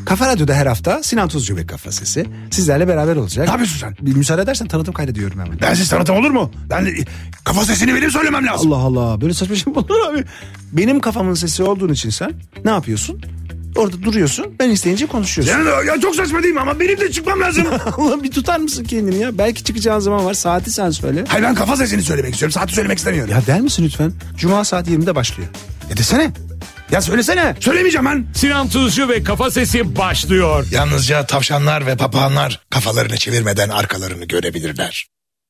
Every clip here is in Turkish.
Kafa Radyo'da her hafta Sinan Tuzcu ve Kafa Sesi sizlerle beraber olacak. Ne yapıyorsun sen? Bir müsaade edersen tanıtım kaydediyorum hemen. Bensiz tanıtım olur mu? Ben kafa sesini benim söylemem lazım. Allah Allah, böyle saçma şey mi olur abi? Benim kafamın sesi olduğun için sen ne yapıyorsun? Orada duruyorsun, ben isteyince konuşuyorsun. Ya çok saçma değil mi ama benim de çıkmam lazım. Allah, bir tutar mısın kendini ya? Belki çıkacağın zaman var, saati sen söyle. Hayır, ben kafa sesini söylemek istiyorum, saati söylemek istemiyorum. Ya der misin lütfen? Cuma saat 20'de başlıyor. Desene. Ya söylesene. Söylemeyeceğim ben. Sinan Tuzcu ve Kafa Sesi başlıyor. Yalnızca tavşanlar ve papağanlar kafalarını çevirmeden arkalarını görebilirler.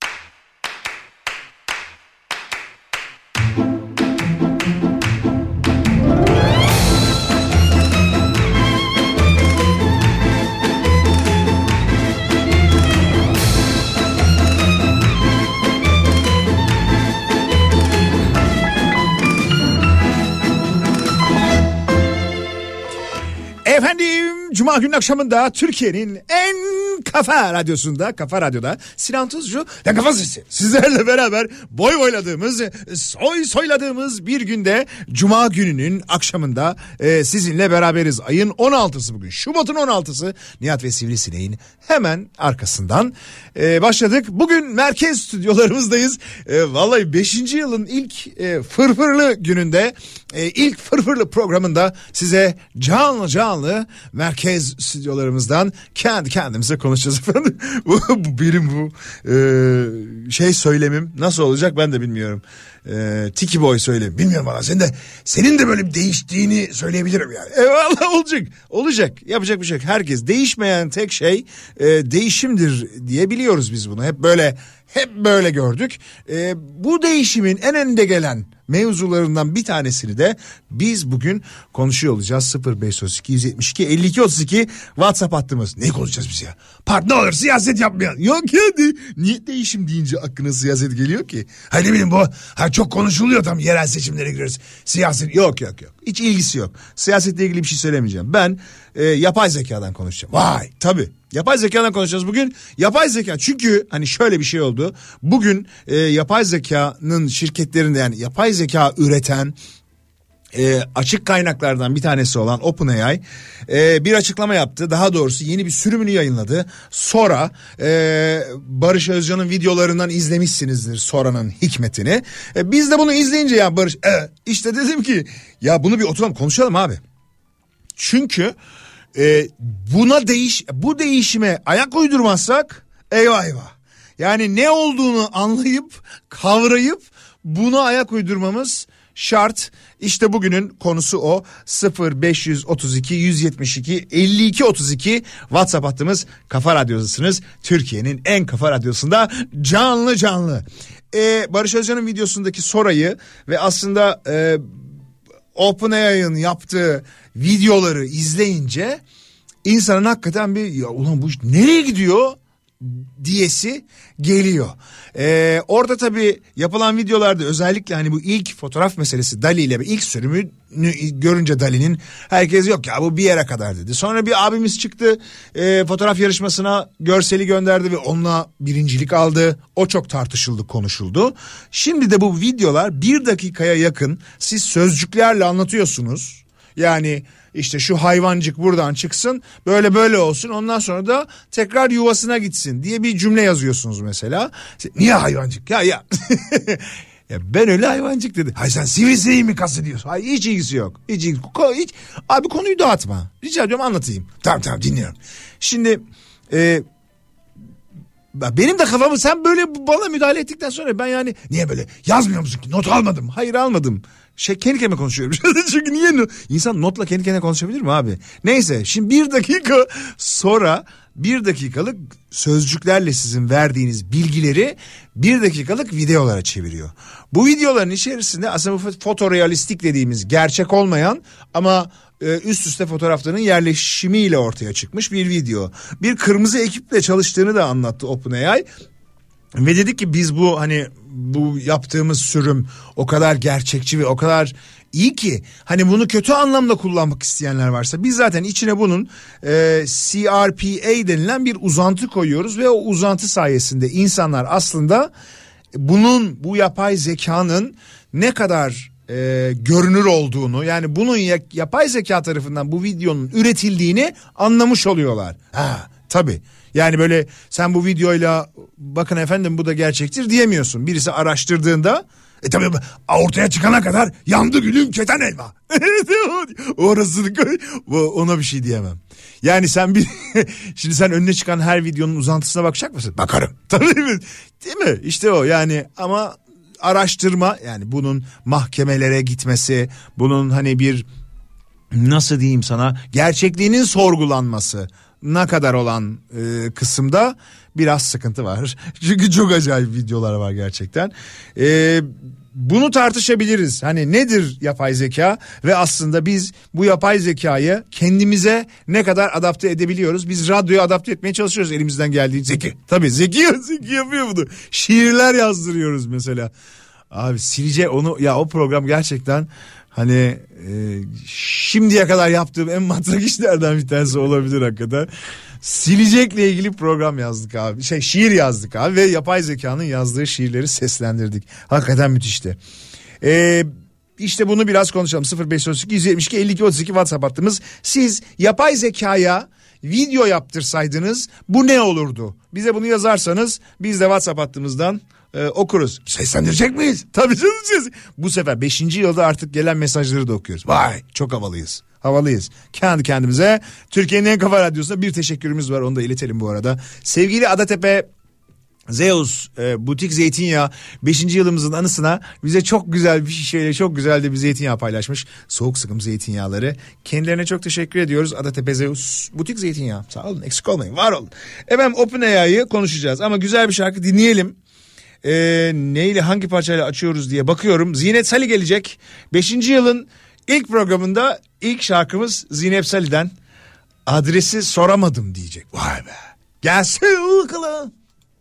Efendim, Cuma günü akşamında Türkiye'nin en kafa radyosunda, Kafa Radyo'da Sinan Tuzcu ve Kafa Sesi sizlerle beraber boy boyladığımız, soyladığımız bir günde Cuma gününün akşamında sizinle beraberiz. Ayın 16'sı bugün. Şubat'ın 16'sı. Nihat ve Sivrisineğin hemen arkasından başladık. Bugün merkez stüdyolarımızdayız. Vallahi 5. yılın ilk fırfırlı gününde, ilk fırfırlı programında size canlı merkez stüdyolarımızdan kendi kendimize konuşacağız efendim. Benim bu söylemim nasıl olacak ben de bilmiyorum. Tiki Boy söyleyeyim. Bilmiyorum valla. Senin de böyle değiştiğini söyleyebilirim yani. Eyvallah, olacak. Yapacak bir şey yok. Herkes, değişmeyen tek şey değişimdir diye biliyoruz biz bunu. Hep böyle gördük. Bu değişimin en önde gelen mevzularından bir tanesini de biz bugün konuşuyor olacağız. 0532 172 52 32 WhatsApp hattımız. Ne konuşacağız biz ya? Ne olur siyaset yapmayalım. Yok ya, niye değişim deyince aklına siyaset geliyor ki? Hani ne bileyim, bu çok konuşuluyor, tam yerel seçimlere gireriz. Siyaset yok. Hiç ilgisi yok. Siyasetle ilgili bir şey söylemeyeceğim. Ben yapay zekadan konuşacağım. Vay. Tabii. Yapay zekadan konuşacağız bugün. Yapay zeka, çünkü hani şöyle bir şey oldu. Bugün yapay zekanın şirketlerinde, yani yapay zeka üreten açık kaynaklardan bir tanesi olan OpenAI bir açıklama yaptı. Daha doğrusu yeni bir sürümünü yayınladı. Sora, Barış Özcan'ın videolarından izlemişsinizdir Sora'nın hikmetini. Biz de bunu izleyince ya Barış işte dedim ki ya bunu bir oturalım konuşalım abi. Çünkü bu değişime ayak uydurmazsak eyvah. Yani ne olduğunu anlayıp kavrayıp buna ayak uydurmamız şart. İşte bugünün konusu o. 0532 172 52 32 WhatsApp hattımız. Kafa Radyo'dasınız. Türkiye'nin en kafa radyosunda canlı. Barış Özcan'ın videosundaki Sora'yı ve aslında OpenAI'ın yaptığı videoları izleyince insanın hakikaten bir ya ulan bu nereye gidiyor diyesi geliyor. Orada tabii yapılan videolarda özellikle hani bu ilk fotoğraf meselesi, Dali ile ilk sürümünü görünce Dali'nin herkes yok ya bu bir yere kadar dedi. Sonra bir abimiz çıktı, fotoğraf yarışmasına görseli gönderdi ve onunla birincilik aldı. O çok tartışıldı, konuşuldu. Şimdi de bu videolar 1 dakikaya yakın, siz sözcüklerle anlatıyorsunuz. Yani işte şu hayvancık buradan çıksın, böyle olsun, ondan sonra da tekrar yuvasına gitsin diye bir cümle yazıyorsunuz mesela. Niye hayvancık? Ya. Ya ben öyle hayvancık dedim. Hayır, sen sivrisineği mi kastediyorsun? Hayır, hiç ilgisi yok. Hiç. Abi konuyu dağıtma. Rica ediyorum, anlatayım. Tamam dinliyorum. Şimdi benim de kafamı sen böyle bana müdahale ettikten sonra ben yani niye böyle yazmıyor musun ki? Not almadım. Hayır, almadım. Kendi kendime konuşuyorum. Çünkü niye insan notla kendi kendine konuşabilir mi abi? Neyse, şimdi 1 dakika sonra 1 dakikalık sözcüklerle sizin verdiğiniz bilgileri 1 dakikalık videolara çeviriyor. Bu videoların içerisinde aslında bu fotorealistik dediğimiz gerçek olmayan ama üst üste fotoğrafların yerleşimiyle ortaya çıkmış bir video. Bir kırmızı ekiple çalıştığını da anlattı OpenAI. Ve dedik ki biz bu yaptığımız sürüm o kadar gerçekçi ve o kadar iyi ki hani bunu kötü anlamda kullanmak isteyenler varsa biz zaten içine bunun CRPA denilen bir uzantı koyuyoruz ve o uzantı sayesinde insanlar aslında bu yapay zekanın ne kadar görünür olduğunu, yani bunun yapay zeka tarafından bu videonun üretildiğini anlamış oluyorlar. Tabii. Yani böyle sen bu videoyla bakın efendim bu da gerçektir diyemiyorsun. Birisi araştırdığında tabii ortaya çıkana kadar yandı gülüm keten elma. Orasını ona bir şey diyemem. Yani sen şimdi sen önüne çıkan her videonun uzantısına bakacak mısın? Bakarım. Tabii mi? Değil mi? İşte o yani, ama araştırma, yani bunun mahkemelere gitmesi, bunun hani bir nasıl diyeyim sana, gerçekliğinin sorgulanması ne kadar olan kısımda biraz sıkıntı var. Çünkü çok acayip videolar var gerçekten. Bunu tartışabiliriz. Hani nedir yapay zeka ve aslında biz bu yapay zekayı kendimize ne kadar adapte edebiliyoruz? Biz radyoya adapte etmeye çalışıyoruz elimizden geldiğince. Zeki. Tabii zeki yapıyor bunu. Şiirler yazdırıyoruz mesela. Abi silece onu ya, o program gerçekten hani şimdiye kadar yaptığım en matrak işlerden bir tanesi olabilir hakikaten. Silecekle ilgili program yazdık abi. Şiir yazdık abi ve yapay zekanın yazdığı şiirleri seslendirdik. Hakikaten müthişti. İşte bunu biraz konuşalım. 0532 172 52 32 WhatsApp hattımız. Siz yapay zekaya video yaptırsaydınız bu ne olurdu? Bize bunu yazarsanız biz de WhatsApp hattımızdan okuruz. Seslendirecek miyiz? Tabii canım. Bu sefer 5. yılda artık gelen mesajları da okuyoruz. Vay, çok havalıyız. Havalıyız. Kendi kendimize Türkiye'nin en kafa radyosunda bir teşekkürümüz var. Onu da iletelim bu arada. Sevgili Adatepe Zeus Butik Zeytinyağı 5. yılımızın anısına bize çok güzel bir şişeyle çok güzel de bir zeytinyağı paylaşmış. Soğuk sıkım zeytinyağları. Kendilerine çok teşekkür ediyoruz. Adatepe Zeus Butik Zeytinyağı. Sağ olun, eksik olmayın, var olun. Efendim OpenAI'yı konuşacağız ama güzel bir şarkı dinleyelim. Neyle, hangi parçayla açıyoruz diye bakıyorum. Zinet Salih gelecek. 5. yılın ilk programında ilk şarkımız Zinet Salih'den. Adresi soramadım diyecek. Vay be. Gelsin bakalım.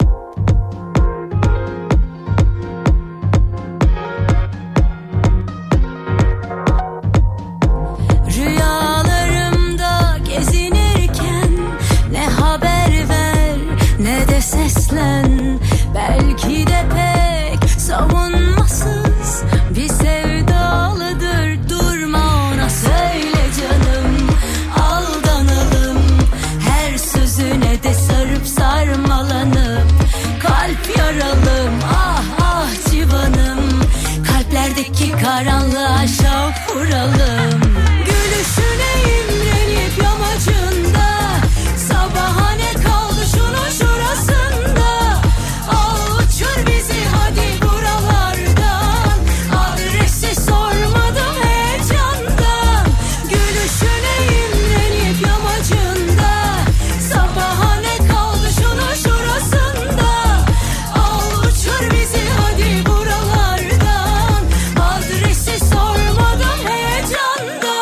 Rüyalarımda gezinirken ne haber ver ne de seslen. Belki de pek savunmasız bir sevdalıdır. Durma ona söyle canım, aldanalım. Her sözüne de sarıp sarmalanıp kalp yaralım. Ah ah civanım, kalplerdeki karanlığa şavk vuralım. Gülüşüne imrenip yamacında, sabaha ne kaldı şunun şurasında. Al uçur bizi hadi buralardan, adresi sormadım heyecandan. Gülüşüne imrenip yamacında, sabaha ne kaldı şunun şurasında. Al uçur bizi hadi buralardan, adresi sormadım heyecandan.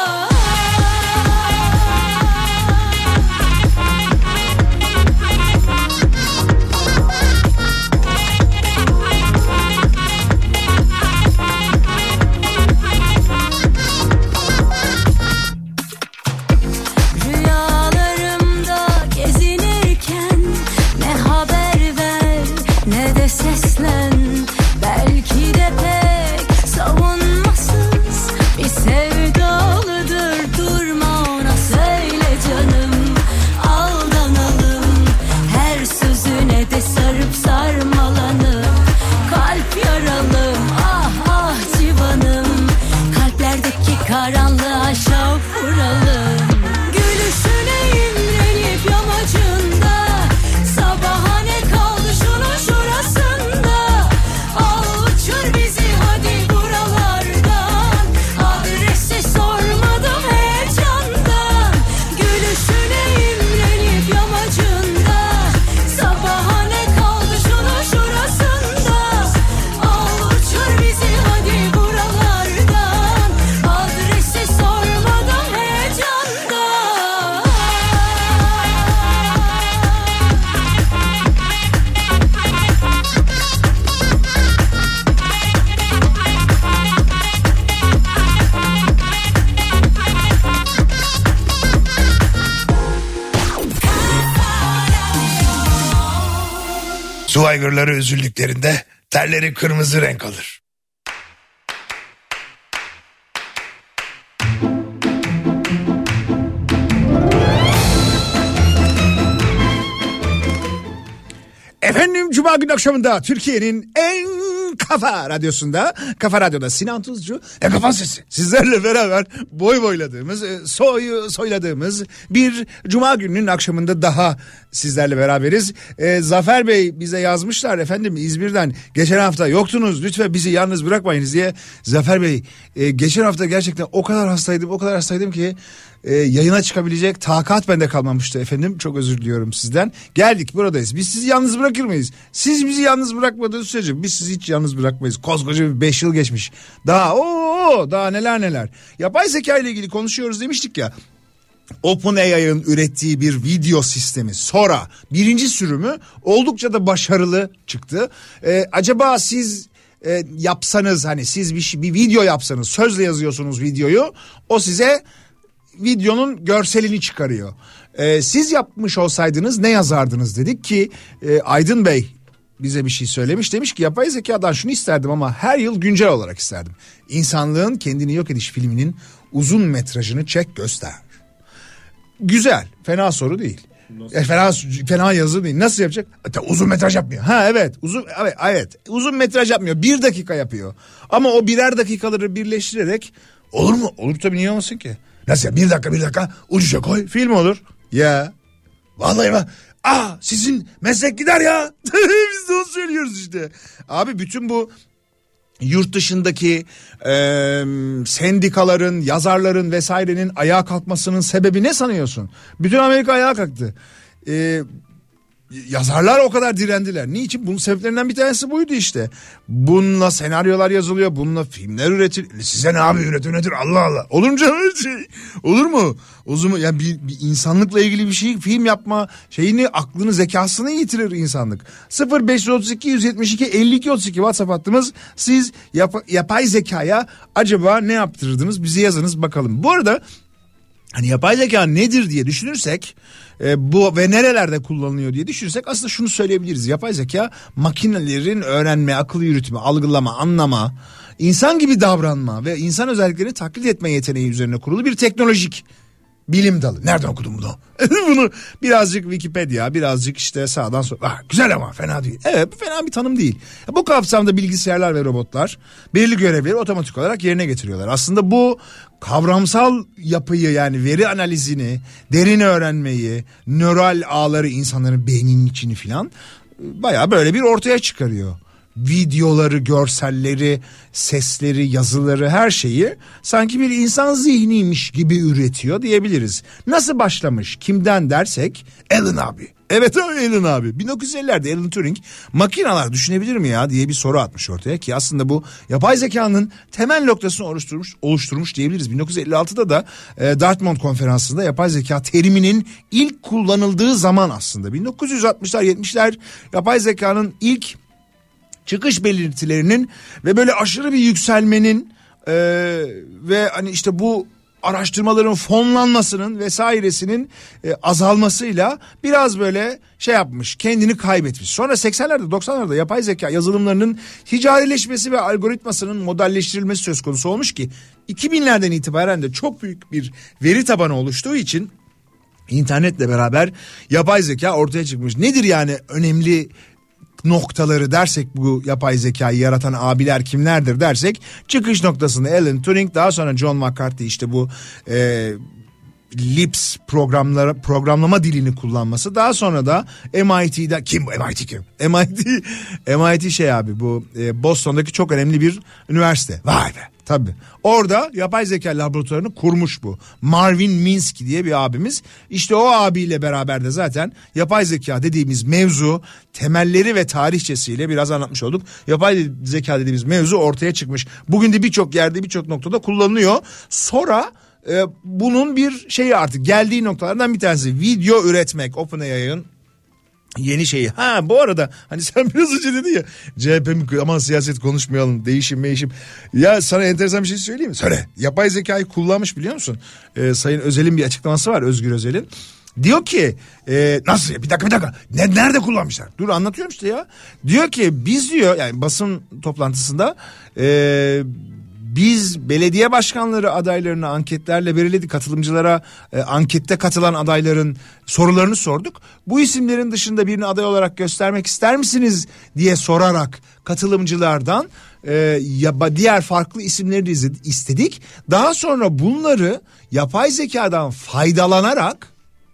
Rüyalarımda gezinirken ne haber ver ne de seslen. Belki de pek savunmasız bir sevdalıdır. Durma ona söyle canım, aldanalım. Her sözüne de sarıp sarmalanıp kalp yaralım. Ah ah civanım, kalplerdeki karanlığa şavk vuralım. Gülüşüne imrenip yamacında, sabaha ne kaldı şunun şurasında. Al uçur bizi hadi buralardan, adresi sormadım heyecandan. Gülüşüne imrenip yamacında, sabaha ne kaldı şunun şurasında. Al uçur bizi hadi buralardan, adresi sormadım heyecandan. Su aygırları üzüldüklerinde terleri kırmızı renk alır. Cuma günü akşamında Türkiye'nin en kafa radyosunda, Kafa Radyo'da Sinan Tuzcu ve Kafa Sesi sizlerle beraber boy boyladığımız, soyladığımız bir Cuma gününün akşamında daha sizlerle beraberiz. Zafer Bey bize yazmışlar efendim İzmir'den, geçen hafta yoktunuz, lütfen bizi yalnız bırakmayınız diye. Zafer Bey, geçen hafta gerçekten o kadar hastaydım ki yayına çıkabilecek takat bende kalmamıştı efendim. Çok özür diliyorum sizden. Geldik, buradayız. Biz sizi yalnız bırakır mıyız? Siz bizi yalnız bırakmadığınız sürece biz sizi hiç yalnız bırakmayız. Koskoca bir 5 yıl geçmiş. Daha neler. Yapay zeka ile ilgili konuşuyoruz demiştik ya. OpenAI'ın ürettiği bir video sistemi Sora birinci sürümü oldukça da başarılı çıktı. Acaba siz yapsanız, hani siz bir video yapsanız, sözle yazıyorsunuz videoyu, o size videonun görselini çıkarıyor. Siz yapmış olsaydınız ne yazardınız dedik ki Aydın Bey bize bir şey söylemiş, demiş ki yapay zekadan şunu isterdim ama her yıl güncel olarak isterdim. İnsanlığın kendini yok ediş filminin uzun metrajını çek göster. Güzel, fena soru değil. Fena yazı değil. Nasıl yapacak? Uzun metraj yapmıyor. Evet, uzun metraj yapmıyor. 1 dakika yapıyor. Ama o birer dakikaları birleştirerek olur mu? Olur tabii, niye olmasın ki? Nasıl ya? Bir dakika ucuca koy, film olur. Ya. Vallahi sizin meslek gider ya. Biz de onu söylüyoruz işte. Abi bütün bu yurt dışındaki sendikaların, yazarların vesairenin ayağa kalkmasının sebebi ne sanıyorsun? Bütün Amerika ayağa kalktı. Yazarlar o kadar direndiler. Niçin? Bunun sebeplerinden bir tanesi buydu işte. Bununla senaryolar yazılıyor, bununla filmler üretiliyor. Size ne abi, üretir Allah. Olur mu canım öyle şey? Olur mu? O zaman yani bir insanlıkla ilgili bir şey, film yapma şeyini, aklını, zekasını yitirir insanlık. 0532 172 52 32 WhatsApp hattımız. Siz yapay zekaya acaba ne yaptırırdınız? Bize yazınız bakalım. Bu arada hani yapay zeka nedir diye düşünürsek, bu ve nerelerde kullanılıyor diye düşünürsek aslında şunu söyleyebiliriz. Yapay zeka makinelerin öğrenme, akıl yürütme, algılama, anlama, insan gibi davranma ve insan özelliklerini taklit etme yeteneği üzerine kurulu bir teknolojik bilim dalı. Nereden okudun bunu? Bunu birazcık Wikipedia, birazcık işte sağdan sola. Güzel ama fena değil. Evet, bu fena bir tanım değil. Bu kapsamda bilgisayarlar ve robotlar belirli görevleri otomatik olarak yerine getiriyorlar. Aslında bu kavramsal yapıyı, yani veri analizini, derin öğrenmeyi, nöral ağları, insanların beyninin içini filan bayağı böyle bir ortaya çıkarıyor. Videoları, görselleri, sesleri, yazıları, her şeyi sanki bir insan zihniymiş gibi üretiyor diyebiliriz. Nasıl başlamış, kimden dersek Alan abi. Evet Alan abi. 1950'lerde Alan Turing makineler düşünebilir mi ya diye bir soru atmış ortaya ki aslında bu yapay zekanın temel noktasını oluşturmuş diyebiliriz. 1956'da da Dartmouth konferansında yapay zeka teriminin ilk kullanıldığı zaman aslında. 1960'lar 70'ler yapay zekanın ilk çıkış belirtilerinin ve böyle aşırı bir yükselmenin ve hani işte bu araştırmaların fonlanmasının vesairesinin azalmasıyla biraz böyle şey yapmış, kendini kaybetmiş. Sonra 80'lerde 90'larda yapay zeka yazılımlarının ticarileşmesi ve algoritmasının modelleştirilmesi söz konusu olmuş ki 2000'lerden itibaren de çok büyük bir veri tabanı oluştuğu için internetle beraber yapay zeka ortaya çıkmış. Nedir yani önemli noktaları dersek, bu yapay zekayı yaratan abiler kimlerdir dersek, çıkış noktasında Alan Turing, daha sonra John McCarthy işte bu LIPS programlama dilini kullanması, daha sonra da MIT'de MIT şey abi, bu Boston'daki çok önemli bir üniversite. Vay be. Tabii. Orada yapay zeka laboratuvarını kurmuş bu. Marvin Minsky diye bir abimiz. İşte o abiyle beraber de zaten yapay zeka dediğimiz mevzu temelleri ve tarihçesiyle biraz anlatmış olduk. Yapay zeka dediğimiz mevzu ortaya çıkmış. Bugün de birçok yerde, birçok noktada kullanılıyor. Sonra bunun bir şeyi, artık geldiği noktalardan bir tanesi video üretmek. OpenAI'ın yeni şeyi. Bu arada hani sen biraz önce dedin ya, CHP aman siyaset konuşmayalım, değişim. Ya sana enteresan bir şey söyleyeyim mi? Söyle. Yapay zekayı kullanmış, biliyor musun? Sayın Özel'in bir açıklaması var, Özgür Özel'in. Diyor ki nasıl ya, bir dakika nerede kullanmışlar? Dur anlatıyorum işte ya. Diyor ki biz diyor, yani basın toplantısında biz belediye başkanları adaylarını anketlerle belirledik. Katılımcılara ankette katılan adayların sorularını sorduk. Bu isimlerin dışında birini aday olarak göstermek ister misiniz diye sorarak katılımcılardan diğer farklı isimleri de istedik. Daha sonra bunları yapay zekadan faydalanarak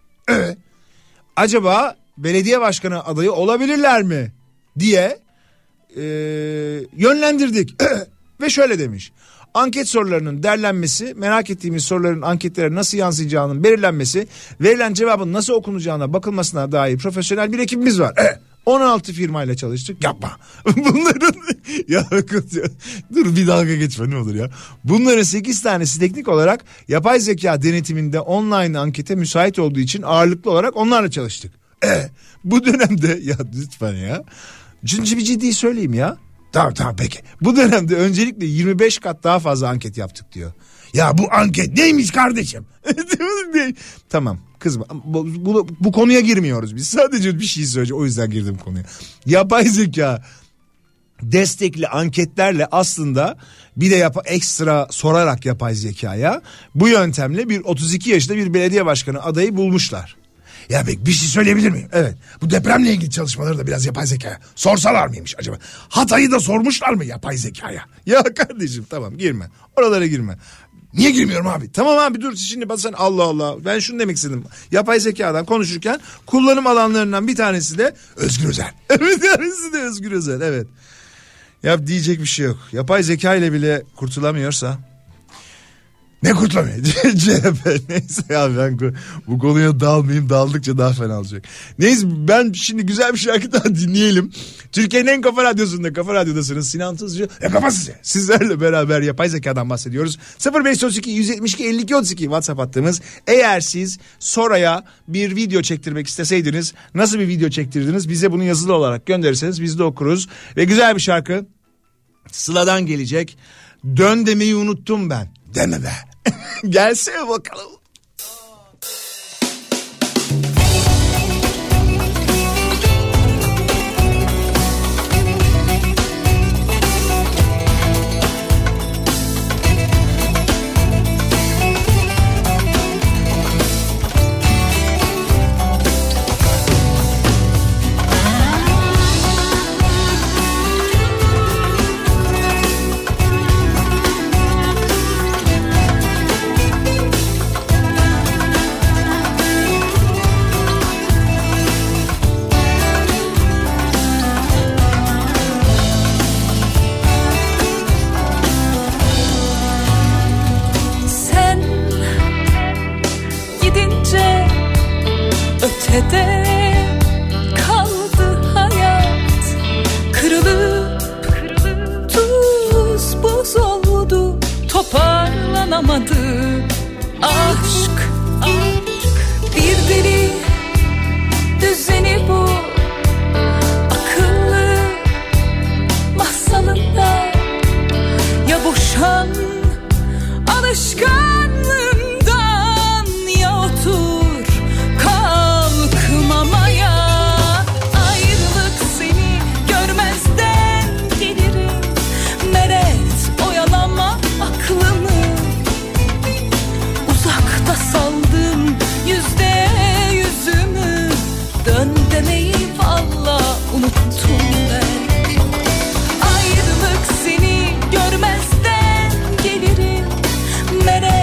acaba belediye başkanı adayı olabilirler mi diye yönlendirdik. Ve şöyle demiş: anket sorularının derlenmesi, merak ettiğimiz soruların anketlere nasıl yansıyacağının belirlenmesi, verilen cevabın nasıl okunacağına bakılmasına dair profesyonel bir ekibimiz var. 16 firmayla çalıştık. Yapma. Bunların dur bir dalga geçme ne olur ya. Bunların 8 tanesi teknik olarak yapay zeka denetiminde online ankete müsait olduğu için ağırlıklı olarak onlarla çalıştık. Bu dönemde ya lütfen ya. Bir ciddi söyleyeyim ya. Tamam peki. Bu dönemde öncelikle 25 kat daha fazla anket yaptık diyor. Ya bu anket neymiş kardeşim? Tamam kızma. Bu konuya girmiyoruz biz. Sadece bir şey söyleyeceğim. O yüzden girdim konuya. Yapay zeka destekli anketlerle aslında bir de ekstra sorarak yapay zekaya bu yöntemle bir 32 yaşında bir belediye başkanı adayı bulmuşlar. Ya peki bir şey söyleyebilir miyim? Evet. Bu depremle ilgili çalışmaları da biraz yapay zekaya sorsalar mıymış acaba? Hatay'ı da sormuşlar mı yapay zekaya? Ya kardeşim tamam girme. Oralara girme. Niye girmiyorum abi? Tamam abi dur şimdi bak sen Allah Allah. Ben şunu demek istedim. Yapay zekadan konuşurken kullanım alanlarından bir tanesi de Özgür Özel. Bir tanesi de Özgür Özel, evet. Ya diyecek bir şey yok. Yapay zeka ile bile kurtulamıyorsa... Ne kurtulamıyor? CHP neyse ya ben bu konuya dalmayayım, daldıkça daha fena olacak. Neyse ben şimdi güzel bir şarkı daha dinleyelim. Türkiye'nin en kafa radyosunda, Kafa Radyo'dasınız. Sinan Tuzcu kafa size. Sizlerle beraber yapay zekadan bahsediyoruz. 0532 172 52 32 WhatsApp hattımız. Eğer siz Sora'ya bir video çektirmek isteseydiniz nasıl bir video çektirdiniz? Bize bunu yazılı olarak gönderirseniz biz de okuruz. Ve güzel bir şarkı Sıla'dan gelecek. Dön demeyi unuttum ben. Deme be. Gelsene bakalım. Kaldı hayat, kırılıp tuz buz oldu, toparlanamadı aşk. Bir deli düzeni bu, akıllı masalında ya boşan alışkanlığından ya otur saldım %100'ümü, dön demeyi valla unuttum ben. Ayrılık seni görmezden gelirim, merak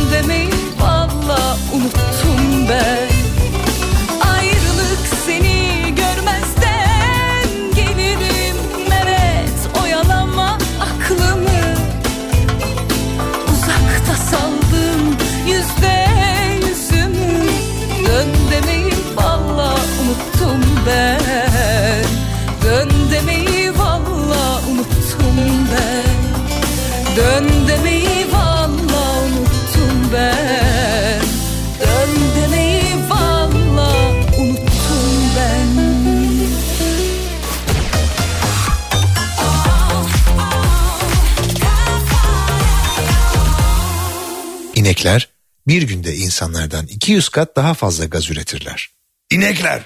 demeyi valla unuttum ben. Ayrılık seni görmezden gelirim. Evet, oyalama aklımı. Uzakta saldım yüzde yüzümü. Dön demeyi valla unuttum ben. Dön demeyi valla unuttum ben. Dön demeyi valla unuttum ben. Dön demeyi valla unuttum ben. İnekler bir günde insanlardan 200 kat daha fazla gaz üretirler. İnekler.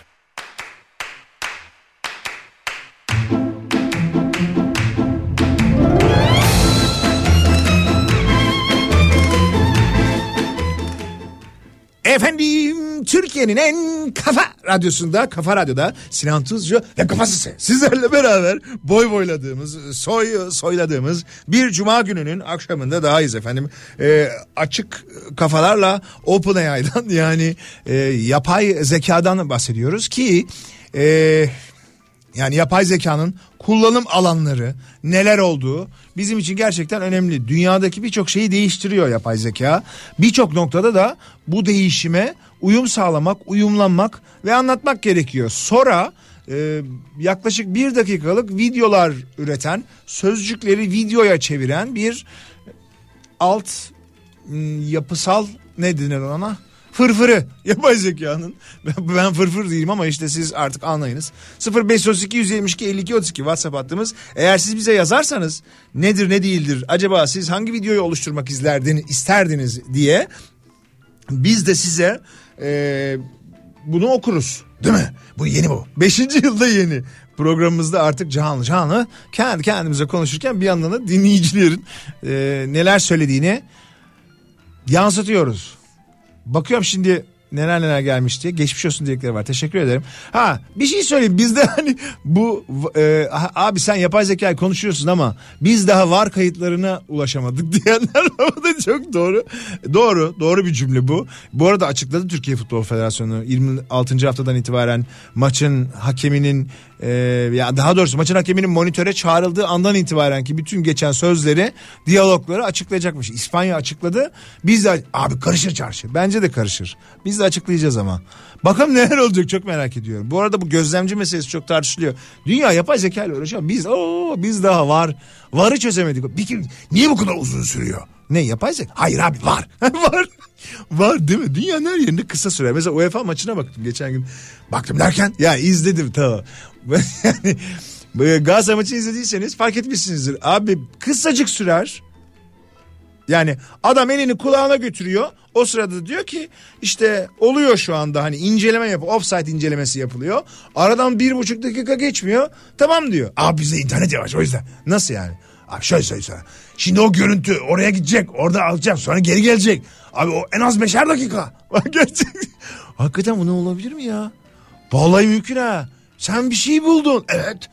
Efendim, Türkiye'nin en kafa radyosunda, Kafa Radyo'da Sinan Tuzcu ve Kafa Sesi sizlerle beraber boy boyladığımız, soyladığımız bir cuma gününün akşamında dahayız efendim. Açık kafalarla OpenAI'dan, yani yapay zekadan bahsediyoruz ki yani yapay zekanın kullanım alanları neler olduğu bizim için gerçekten önemli. Dünyadaki birçok şeyi değiştiriyor yapay zeka. Birçok noktada da bu değişime uyum sağlamak, uyumlanmak ve anlatmak gerekiyor. Sonra yaklaşık 1 dakikalık videolar üreten, sözcükleri videoya çeviren bir yapısal, ne denir ona? Fırfırı yapay zekanın. Ben fırfır değilim ama işte siz artık anlayınız. 0532 172 52 32 WhatsApp hattımız. Eğer siz bize yazarsanız nedir ne değildir, acaba siz hangi videoyu oluşturmak isterdiniz diye, biz de size bunu okuruz. Değil mi? Bu yeni bu. 5. yılda yeni. Programımızda artık canlı kendi kendimize konuşurken bir yandan da dinleyicilerin neler söylediğini yansıtıyoruz. Bakıyorum şimdi neler gelmiş diye. Geçmiş olsun dilekleri var. Teşekkür ederim. Bir şey söyleyeyim. Bizde hani bu abi sen yapay zekayı konuşuyorsun ama biz daha var kayıtlarına ulaşamadık diyenler var. O da çok doğru. Doğru bir cümle bu. Bu arada açıkladı Türkiye Futbol Federasyonu 26. haftadan itibaren maçın hakeminin daha doğrusu maçın hakeminin monitöre çağrıldığı andan itibaren ki bütün geçen sözleri, diyalogları açıklayacakmış. İspanya açıkladı. Biz de abi karışır çarşı. Bence de karışır. Biz de açıklayacağız ama. Bakalım neler olacak, çok merak ediyorum. Bu arada bu gözlemci meselesi çok tartışılıyor. Dünya yapay zeka ile uğraşıyor. Biz daha varı çözemedik. Niye bu kadar uzun sürüyor? Ne, yapay zeka? Hayır abi, var. Var değil mi? Dünyanın her yerinde kısa süre. Mesela UEFA maçına baktım geçen gün. Baktım derken? Ya izledim tamam. Yani Galatasaray maçını izlediyseniz fark etmişsinizdir. Abi kısacık sürer. Yani adam elini kulağına götürüyor. O sırada diyor ki işte oluyor şu anda, hani inceleme yapıyor. Offside incelemesi yapılıyor. Aradan 1,5 dakika geçmiyor. Tamam diyor. Abi bizde internet yavaş, o yüzden. Nasıl yani? Abi şöyle söyleyeyim sana. Şimdi o görüntü oraya gidecek. Orada alacak, sonra geri gelecek. Abi o en az 5'er dakika. Gerçekten. Hakikaten bu ne olabilir mi ya? Vallahi mümkün ha. Sen bir şey buldun. Evet.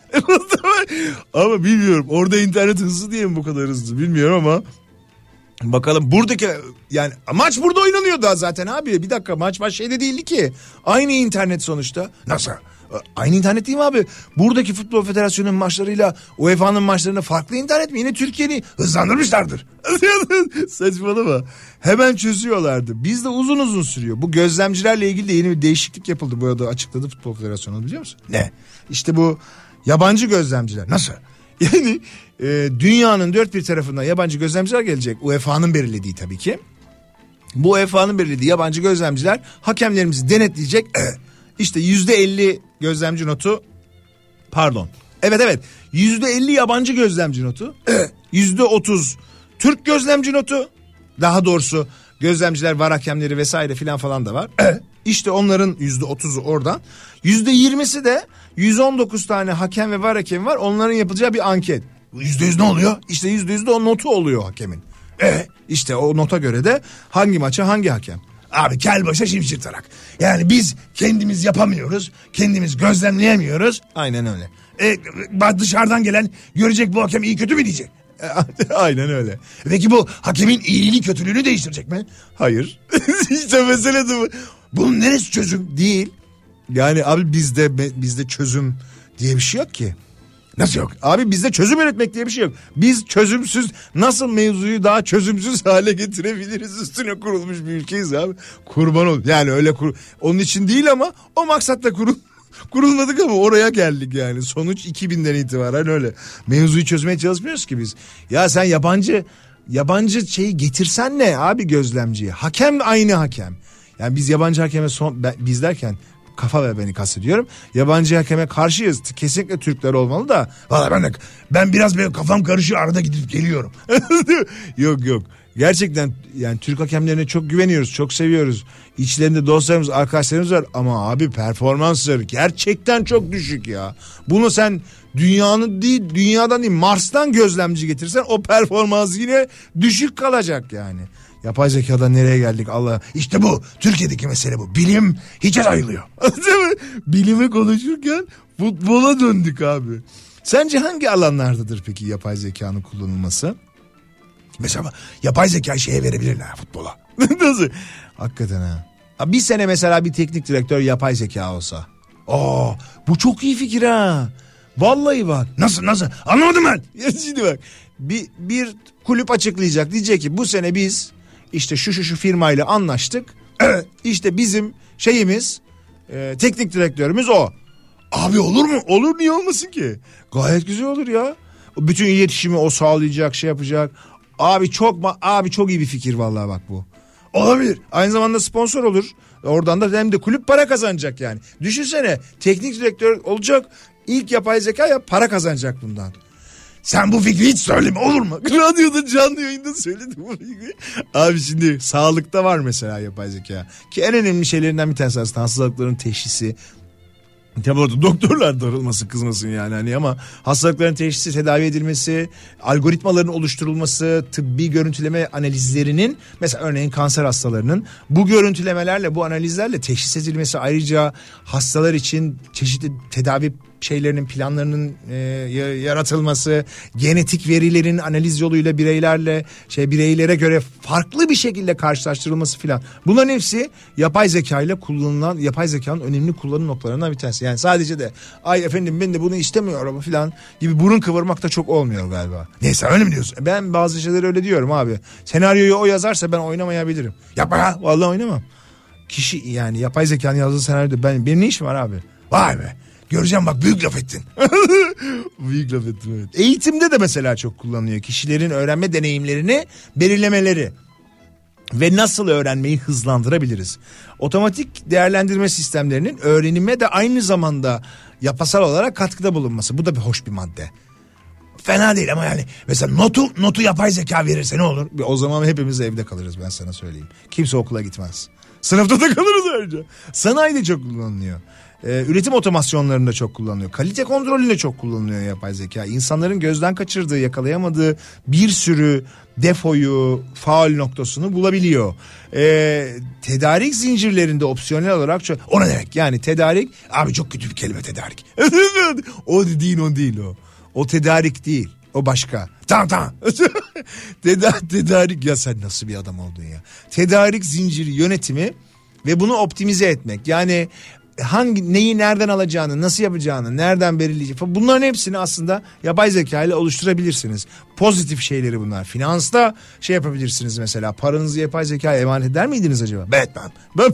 Ama bilmiyorum. Orada internet hızlı diye mi bu kadar hızlı bilmiyorum ama. Bakalım buradaki, yani maç burada oynanıyor daha zaten abi. Bir dakika, maç şeyde değildi ki. Aynı internet sonuçta. Nasıl? Aynı internet değil mi abi? Buradaki Futbol Federasyonu'nun maçlarıyla UEFA'nın maçlarında farklı internet mi? Yine Türkiye'ni hızlandırmışlardır. Saçmalama. Hemen çözüyorlardı. Bizde uzun sürüyor. Bu gözlemcilerle ilgili de yeni bir değişiklik yapıldı. Bu arada açıkladı Futbol Federasyonu, biliyor musun? Ne? İşte bu yabancı gözlemciler. Nasıl? Yani dünyanın dört bir tarafından yabancı gözlemciler gelecek. UEFA'nın belirlediği tabii ki. Bu UEFA'nın belirlediği yabancı gözlemciler hakemlerimizi denetleyecek. İşte %50 gözlemci notu, pardon. Evet. %50 yabancı gözlemci notu. %30 Türk gözlemci notu. Daha doğrusu gözlemciler, var hakemleri vesaire filan falan da var. İşte onların %30'u oradan. %20'si de 119 tane hakem ve var hakemi var. Onların yapılacağı bir anket. %100 ne oluyor? İşte %100 de o notu oluyor hakemin. İşte o nota göre de hangi maça hangi hakem. Abi kel başa şimşir tarak. Yani biz kendimiz yapamıyoruz. Kendimiz gözlemleyemiyoruz. Aynen öyle. Dışarıdan gelen görecek, bu hakem iyi kötü mü diyecek? Aynen öyle. Peki bu hakemin iyiliğini kötülüğünü değiştirecek mi? Hayır. İşte mesele de bu. Bunun neresi çözüm? Değil. Yani abi bizde çözüm diye bir şey yok ki. Nasıl yok? Abi bizde çözüm üretmek diye bir şey yok. Biz çözümsüz nasıl mevzuyu daha çözümsüz hale getirebiliriz üstüne kurulmuş bir ülkeyiz abi. Kurban ol. Yani öyle onun için değil ama o maksatla kurulmadık ama oraya geldik yani. Sonuç 2000'den itibaren öyle. Mevzuyu çözmeye çalışmıyoruz ki biz. Ya sen yabancı şeyi getirsen ne abi gözlemciye? Hakem aynı hakem. Yani biz yabancı hakeme biz derken Kafa ve beni kastediyorum. Yabancı hakeme karşıyız. Kesinlikle Türkler olmalı da. Valla ben biraz böyle kafam karışıyor, arada gidip geliyorum. Yok. Gerçekten yani Türk hakemlerine çok güveniyoruz. Çok seviyoruz. İçlerinde dostlarımız, arkadaşlarımız var. Ama abi performansları gerçekten çok düşük ya. Bunu sen dünyadan değil Mars'tan gözlemci getirsen o performans yine düşük kalacak yani. Yapay zekadan nereye geldik Allah. İşte bu Türkiye'deki mesele bu. Bilim hiçe sayılıyor. Değil mi? Bilimi konuşurken futbola döndük abi. Sence hangi alanlardadır peki yapay zekanın kullanılması? Mesela yapay zeka şeye verebilirler futbola. Nasıl? Hakikaten ha. Bir sene mesela bir teknik direktör yapay zeka olsa. Bu çok iyi fikir ha. Vallahi bak. Nasıl? Anlamadım ben. Ya şimdi bak. Bir kulüp açıklayacak. Diyecek ki bu sene biz işte şu firmayla anlaştık. İşte bizim şeyimiz teknik direktörümüz o. Abi olur mu? Olur, niye olmasın ki? Gayet güzel olur ya. Bütün iletişimi o sağlayacak, şey yapacak. Abi çok iyi bir fikir vallahi bak bu. Olabilir. Aynı zamanda sponsor olur. Oradan da hem de kulüp para kazanacak yani. Düşünsene teknik direktör olacak. İlk yapay zeka para kazanacak bundan. Sen bu fikri hiç söyleme olur mu? Radyoda canlı yayında söyledim bu fikri. Abi şimdi sağlıkta var mesela yapay zeka. Ki en önemli şeylerinden bir tanesi aslında hastalıkların teşhisi. Tabii orada doktorlar darılması kızmasın yani hani ama hastalıkların teşhisi, tedavi edilmesi, algoritmaların oluşturulması, tıbbi görüntüleme analizlerinin mesela örneğin kanser hastalarının bu görüntülemelerle, bu analizlerle teşhis edilmesi, ayrıca hastalar için çeşitli tedavi şeylerinin planlarının yaratılması, genetik verilerin analiz yoluyla bireylere göre farklı bir şekilde karşılaştırılması filan. Bunların hepsi yapay zeka ile kullanılan, yapay zekanın önemli kullanım noktalarından bir tanesi. Yani sadece de ay efendim ben de bunu istemiyorum filan gibi burun kıvırmak da çok olmuyor galiba. Neyse öyle mi diyorsun? Ben bazı şeyleri öyle diyorum abi. Senaryoyu o yazarsa ben oynamayabilirim. Yapma ya. Vallahi oynamam. Kişi yani yapay zekanın yazdığı senaryoda benim ne işim var abi? Vay be. Göreceğim bak büyük laf ettin. Büyük laf ettim evet. Eğitimde de mesela çok kullanılıyor. Kişilerin öğrenme deneyimlerini belirlemeleri ve nasıl öğrenmeyi hızlandırabiliriz. Otomatik değerlendirme sistemlerinin öğrenime de aynı zamanda yapısal olarak katkıda bulunması. Bu da bir hoş bir madde. Fena değil ama yani mesela notu yapay zeka verirse ne olur? O zaman hepimiz evde kalırız ben sana söyleyeyim. Kimse okula gitmez. Sınıfta da kalırız ayrıca. Sanayide çok kullanılıyor. Üretim otomasyonlarında çok kullanılıyor. Kalite kontrolünde çok kullanılıyor yapay zeka. İnsanların gözden kaçırdığı, yakalayamadığı bir sürü defoyu, faul noktasını bulabiliyor. Tedarik zincirlerinde opsiyonel olarak o ne demek? Yani tedarik abi çok kötü bir kelime tedarik. o değil o. O tedarik değil. O başka. Tamam. Tedarik ya sen nasıl bir adam oldun ya. Tedarik zinciri yönetimi ve bunu optimize etmek. Yani neyi nereden alacağını, nasıl yapacağını, nereden belirleyeceğini falan bunların hepsini aslında yapay zeka ile oluşturabilirsiniz. Pozitif şeyleri bunlar. Finansta yapabilirsiniz mesela. Paranızı yapay zekaya emanet eder miydiniz acaba? Etmem.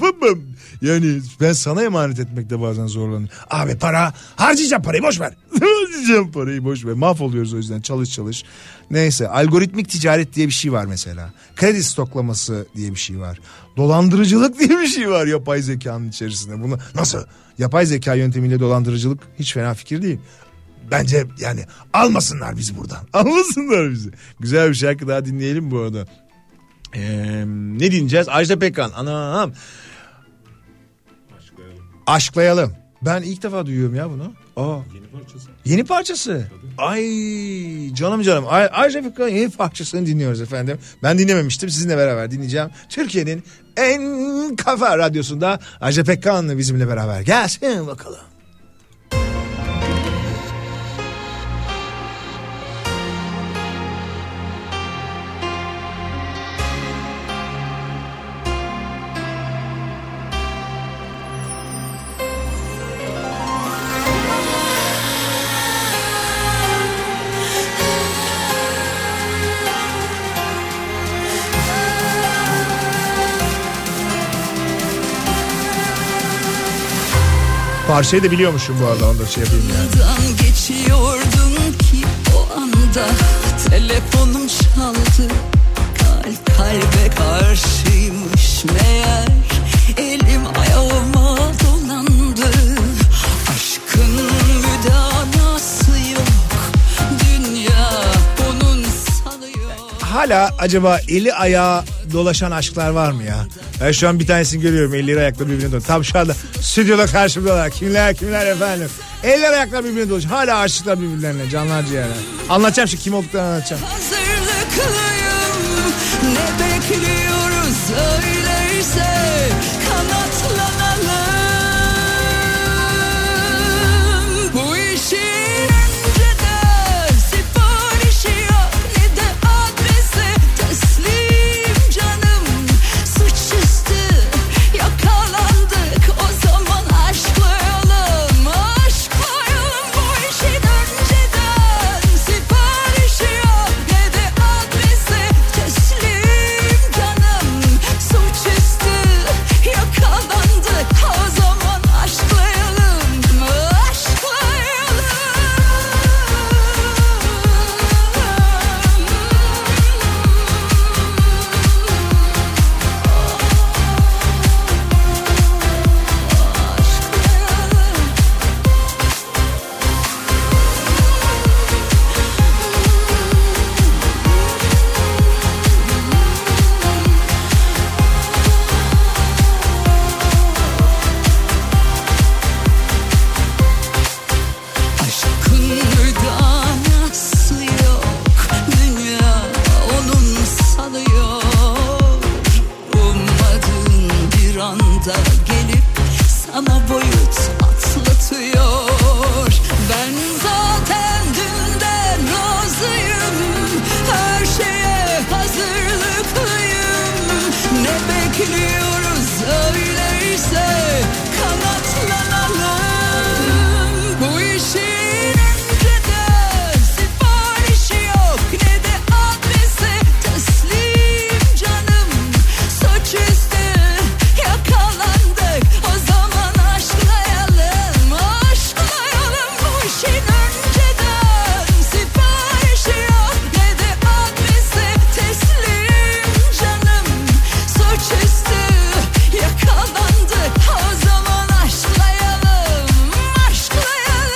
Yani ben sana emanet etmekte bazen zorlanıyorum. Abi harcayacağım parayı boş ver. Harcayacağım parayı boş ver. Mahvoluyoruz o yüzden çalış. Neyse algoritmik ticaret diye bir şey var mesela. Kredi stoklaması diye bir şey var. Dolandırıcılık diye bir şey var yapay zekanın içerisinde. Bunu nasıl? Yapay zeka yöntemiyle dolandırıcılık hiç fena fikir değil. Bence yani almasınlar bizi buradan. Almasınlar bizi. Güzel bir şarkı daha dinleyelim bu arada. Ne dinleyeceğiz? Ajda Pekkan. Anam. Aşklayalım. Ben ilk defa duyuyorum ya bunu. Yeni parçası. Tabii. Ay canım. Ajda Pekkan'ın yeni parçasını dinliyoruz efendim. Ben dinlememiştim. Sizinle beraber dinleyeceğim. Türkiye'nin en kafa radyosunda Ajda Pekkan bizimle beraber. Gelsin bakalım. Parçayı da biliyormuşum bu arada, onu da şey yapayım yani. Geçiyordun ki o anda telefonum çaldı. Kalp kalbe karşıymış meğer, elim ayağıma dolandı. Aşkın müdanası yok, dünya onun sanıyor. Hala acaba eli ayağı dolaşan aşklar var mı ya? Ben şu an bir tanesini görüyorum, elleri ayakları birbirine dolaşıyor. Tam şu anda stüdyoda karşımdalar. Kimler efendim? Eller ayaklar birbirine dolaşıyor. Hala aşıklar birbirlerine, canlar ciğerler. Anlatacağım şimdi kim olduklarını anlatacağım. Hazırlıklıyım, ne bekliyoruz öyleyse kanatlanalım. Bu işin önceden siparişi yok, ne de adresi teslim canım. Suçüstü yakalandık, o zaman aşklayalım, aşklayalım. Bu işin önceden siparişi yok, ne de adresi teslim canım. Suçüstü yakalandık, o zaman aşklayalım, aşkın müdanası yok, dünya onun sanıyor. Ummadığın bir anda gelip sana boyut atlatıyor. Ben zaten dünden razıyım, her şeye hazırlıklıyım. Ne bekliyoruz öyleyse kanatlanalım. Bu işin önceden siparişi yok, ne de adresi teslim canım. Suçüstü yakalandık, o zaman aşklayalım, aşklayalım. Bu işin önceden siparişi yok, ne de adresi teslim canım. Suçüstü yakalandık, o zaman aşklayalım, aşklayalım.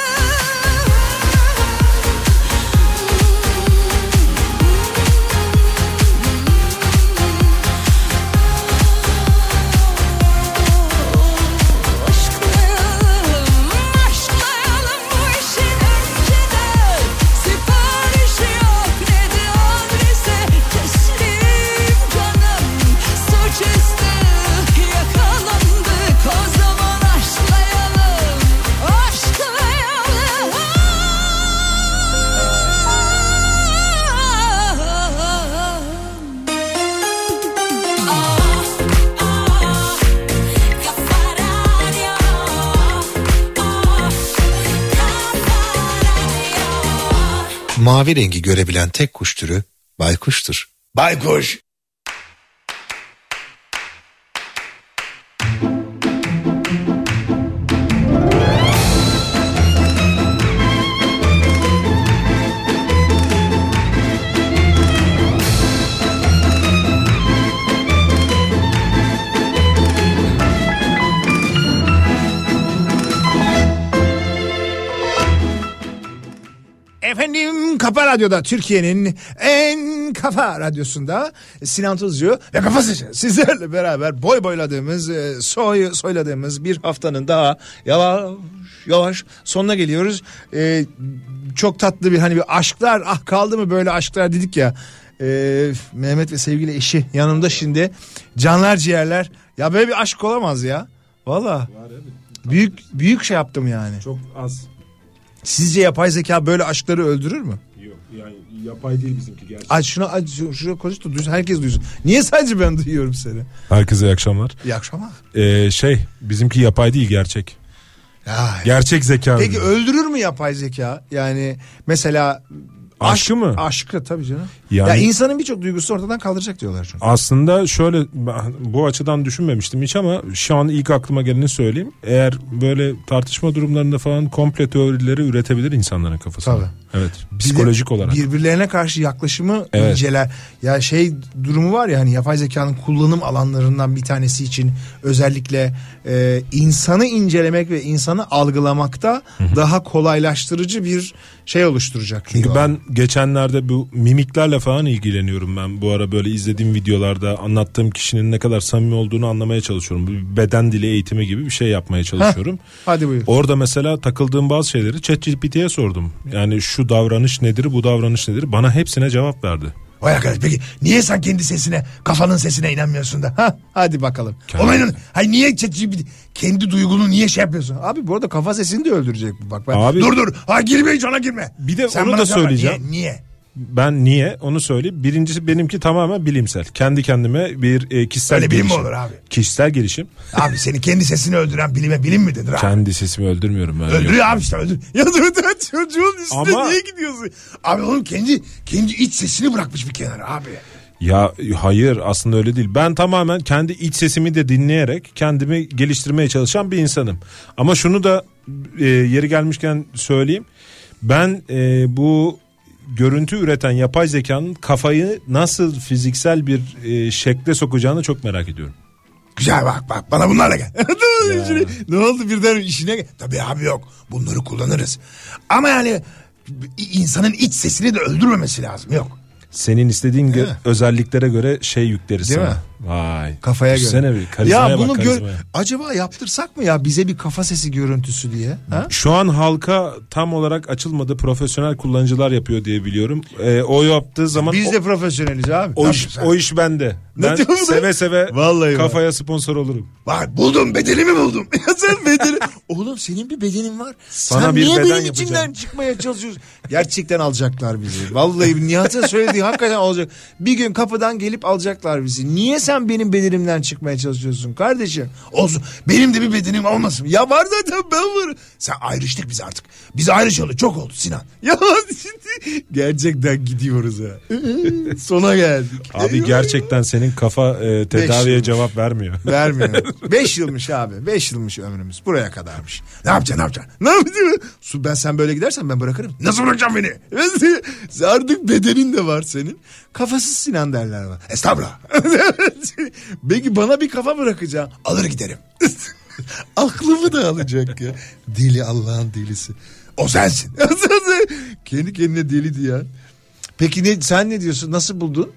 Aşklayalım, aşklayalım. Bu işin önceden siparişi yok, ne de adrese teslim canım. Suçüstü yakalandık, o zaman aşklayalım, Mavi rengi görebilen tek kuş türü baykuştur. Baykuş. Efendim Kafa Radyo'da, Türkiye'nin en kafa radyosunda Sinan Tuzcu ve Kafa Sesi sizlerle beraber boy boyladığımız, soyladığımız bir haftanın daha yavaş sonuna geliyoruz. Çok tatlı bir, hani bir aşklar, ah kaldı mı böyle aşklar dedik ya. Mehmet ve sevgili eşi yanımda şimdi, canlar ciğerler. Ya böyle bir aşk olamaz ya. Valla büyük şey yaptım yani. Çok az. Sizce yapay zeka böyle aşkları öldürür mü? Yok yani yapay değil bizimki gerçekten. Aç şuna konuş da duysun, herkes duysun. Niye sadece ben duyuyorum seni? Herkese iyi akşamlar. İyi akşamlar. Bizimki yapay değil, gerçek. Ya, Gerçek zeka. peki öldürür mü yapay zeka? Yani mesela Aşkı mı? Aşkı tabii canım. Yani- Ya insanın birçok duygusunu ortadan kaldıracak diyorlar çünkü. Aslında şöyle, bu açıdan düşünmemiştim hiç ama şu an ilk aklıma geleni söyleyeyim. Eğer böyle tartışma durumlarında falan komple teorileri üretebilir insanların kafasında. Tabii. Evet. Bir de Psikolojik olarak. birbirlerine karşı yaklaşımı Evet. inceler. Ya şey durumu var ya, hani yapay zekanın kullanım alanlarından bir tanesi için özellikle insanı incelemek ve insanı algılamakta daha kolaylaştırıcı bir şey oluşturacak. Çünkü diyor. ben geçenlerde bu mimiklerle falan ilgileniyorum ben. Bu ara böyle izlediğim videolarda anlattığım kişinin ne kadar samimi olduğunu anlamaya çalışıyorum. Bir beden dili eğitimi gibi bir şey yapmaya çalışıyorum. Hadi buyur. Orada mesela takıldığım bazı şeyleri ChatGPT'ye sordum. Yani şu davranış nedir, bu davranış nedir? Bana hepsine cevap verdi. Vay arkadaş, peki niye sen kendi sesine, kafanın sesine inanmıyorsun da? Hadi bakalım. Olayın, hayır niye kendi duygunu niye şey yapıyorsun? Abi bu arada kafa sesini de öldürecek bu, bak. Ben... Abi, Dur. Ha girme, hiç ona girme. Bir de Sen onu bana da söyle, söyleyeceğim. Niye? Ben niye onu söyleyeyim. Birincisi benimki tamamen bilimsel. Kendi kendime bir kişisel Öyle bilim mi gelişim. olur abi? Kişisel gelişim. Abi seni kendi sesini öldüren bilim mi denir abi? Kendi sesimi öldürmüyorum ben. Öldürüyor abi işte, öldür. Ya dur çocuğun üstüne Ama- niye gidiyorsun? Abi oğlum kendi iç sesini bırakmış bir kenara abi. Ya hayır, aslında öyle değil. Ben tamamen kendi iç sesimi de dinleyerek kendimi geliştirmeye çalışan bir insanım. Ama şunu da yeri gelmişken söyleyeyim. Ben bu görüntü üreten yapay zekanın kafayı nasıl fiziksel bir şekle sokacağını çok merak ediyorum. Güzel, bak bana bunlarla gel. Ne oldu birden işine? Tabii abi, yok. Bunları kullanırız. Ama yani insanın iç sesini de öldürmemesi lazım. Yok. Senin istediğin özelliklere göre şey yükleriz Değil sana. mi? Vay. Kafaya göre. Düşünsene bir karizmaya Ya bak, bunu karizmaya. acaba yaptırsak mı ya bize bir kafa sesi görüntüsü diye? Ha? Şu an halka tam olarak açılmadı, profesyonel kullanıcılar yapıyor diye biliyorum. O yaptığı zaman Biz de profesyoneliz abi. o iş bende. Ne Ben diyorsun? seve seve Vallahi kafaya sponsor olurum. Bak buldum, bedenimi buldum. Sen bedeni... Oğlum senin bir bedenin var. Sana Sen bir niye beden benim yapacağım. içimden çıkmaya çalışıyorsun? Gerçekten alacaklar bizi. Vallahi Nihat'ın söylediği hakikaten olacak. Bir gün kapıdan gelip alacaklar bizi. Niye sen benim bedenimden çıkmaya çalışıyorsun kardeşim? Olsun. Benim de bir bedenim olmasın. Ya var zaten, ben varım. Sen ayrıştık biz artık. Biz ayrışalı çok oldu Sinan. Ya şimdi gerçekten gidiyoruz ha. Sona geldik. Abi gerçekten senin kafa tedaviye yıl. cevap vermiyor. Vermiyor. 5 yılmış abi. 5 yılmış ömrümüz. Buraya kadarmış. Ne yapacaksın? Ne yapayım? Sen böyle gidersen ben bırakırım. Nasıl bırakacağım beni? Artık bedenin de var senin. Kafasız Sinan derler bana. Estağfurullah. Peki bana bir kafa bırakacaksın. Alır giderim. Aklımı da alacak ya. Deli, Allah'ın delisi. O sensin. Kendi kendine deliydi ya. Peki sen ne diyorsun? Nasıl buldun?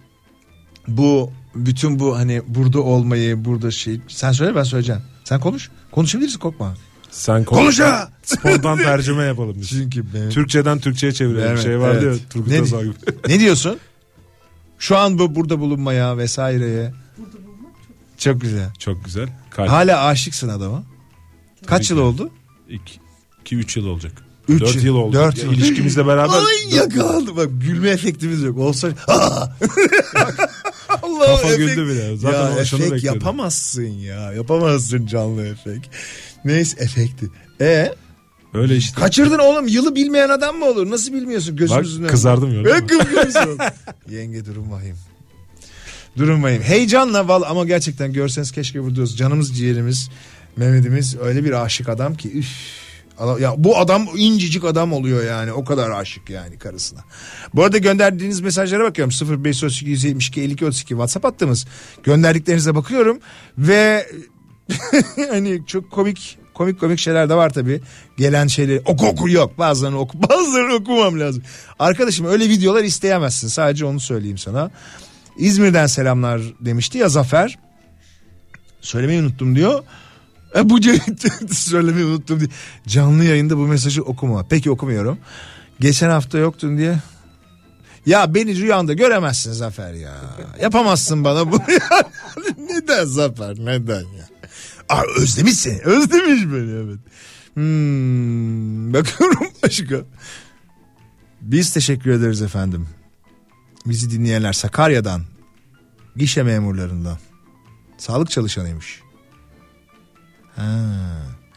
Bütün bu hani burada olmayı, burada şey. Sen söyle, ben söyleyeceğim. Sen konuş. Konuşabilirsin, korkma. Sen Konuş ha. Spontan tercüme yapalım biz. Çünkü Türkçeden Türkçe'ye çevirelim. Evet, Şey vardı evet. ya, Turgut Ne- Özal gibi. Ne diyorsun? Şu an burada bulunmaya vesaireye. Çok güzel. Çok güzel. Kalp. Hala aşıksın adama. Kaç ki. yıl oldu? 2-3 yıl olacak. 3 4 yıl oldu. 4 yıl. İlişkimizle beraber. Ay yakaladı, bak gülme efektimiz yok. Olsa Allah, Kafa güldü bile. Zaten ya o şunu efekt bekliyordum. yapamazsın ya. Yapamazsın canlı efekt. Neyse, efekti. Öyle işte. Kaçırdın oğlum, yılı bilmeyen adam mı olur? Nasıl bilmiyorsun gözümüzün Bak kızardım ya. Ben kızgınsın. Yenge durum vahim. Durum vahim. Heyecanla ama gerçekten görseniz keşke buradayız. Canımız ciğerimiz Mehmet'imiz öyle bir aşık adam ki üf. Ya bu adam incecik adam oluyor yani, o kadar aşık yani karısına. Bu arada gönderdiğiniz mesajlara bakıyorum. 0532 172 52 32 WhatsApp attığımız gönderdiklerinize bakıyorum ve hani çok komik şeyler de var tabii. Gelen şeyleri oku yok, bazılarını okumam lazım. Arkadaşım öyle videolar isteyemezsin, sadece onu söyleyeyim sana. İzmir'den selamlar demişti ya Zafer. Söylemeyi unuttum diyor. Bu söylemeyi unuttum diye. Canlı yayında bu mesajı okuma. Peki okumuyorum. Geçen hafta yoktun diye. Ya beni rüyanda göremezsin Zafer ya. Yapamazsın bana bunu. Neden Zafer, neden ya? Özlemiş seni. Özlemiş beni, evet. Bakıyorum başka. Biz teşekkür ederiz efendim. Bizi dinleyenler Sakarya'dan, gişe memurlarından, sağlık çalışanıymış.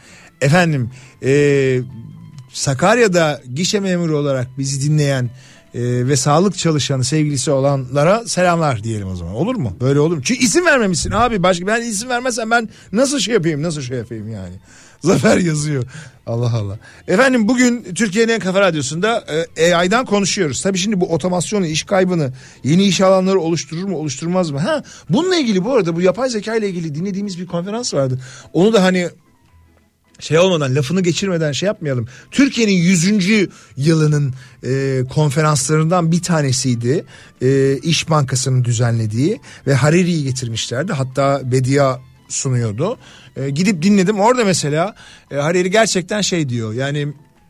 Efendim Sakarya'da gişe memuru olarak bizi dinleyen ve sağlık çalışanı sevgilisi olanlara selamlar diyelim o zaman. Olur mu? Böyle olur mu? Çünkü isim vermemişsin abi. Ben isim vermezsem ben nasıl şey yapayım yani. Zafer yazıyor. Allah Allah. Efendim bugün Türkiye'nin Kafa Radyosu'nda AI'dan konuşuyoruz. Tabii şimdi bu otomasyonu, iş kaybını, yeni iş alanları oluşturur mu, oluşturmaz mı? Bununla ilgili bu arada bu yapay zeka ile ilgili dinlediğimiz bir konferans vardı. Onu da hani olmadan, lafını geçirmeden şey yapmayalım. Türkiye'nin 100. yılının konferanslarından bir tanesiydi. İş Bankası'nın düzenlediği ve Hariri'yi getirmişlerdi. Hatta Bedia sunuyordu. Gidip dinledim. Orada mesela Hariri gerçekten şey diyor. Yani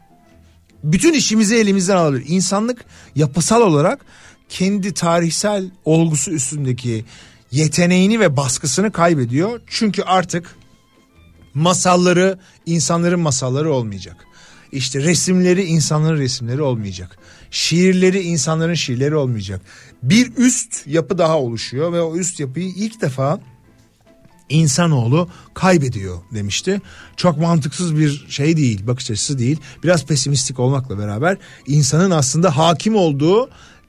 bütün işimizi elimizden alabilir. İnsanlık yapısal olarak kendi tarihsel olgusu üstündeki yeteneğini ve baskısını kaybediyor. Çünkü artık masalları insanların masalları olmayacak. İşte resimleri insanların resimleri olmayacak. Şiirleri insanların şiirleri olmayacak. Bir üst yapı daha oluşuyor ve o üst yapıyı ilk defa insanoğlu kaybediyor demişti. Çok mantıksız bir şey değil, bakış açısı değil. Biraz pesimistik olmakla beraber insanın aslında hakim olduğu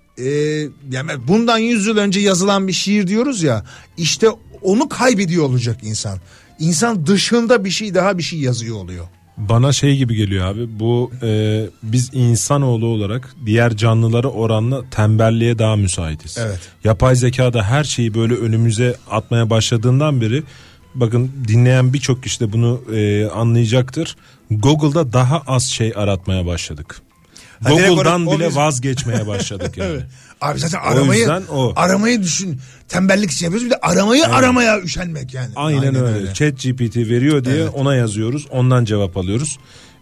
yani bundan 100 yıl önce yazılan bir şiir diyoruz ya, işte onu kaybediyor olacak insan. İnsan dışında bir şey yazıyor oluyor. Bana şey gibi geliyor abi, bu biz insanoğlu olarak diğer canlılara oranla tembelliğe daha müsaitiz. Evet. Yapay zeka da her şeyi böyle önümüze atmaya başladığından beri, bakın dinleyen birçok kişi de bunu anlayacaktır. Google'da daha az şey aratmaya başladık. Google'dan bile vazgeçmeye başladık yani. Evet. Abi zaten aramayı düşün. Tembellik için yapıyoruz, bir de aramaya üşenmek yani. Aynen öyle. ChatGPT veriyor diye ona yazıyoruz. Ondan cevap alıyoruz.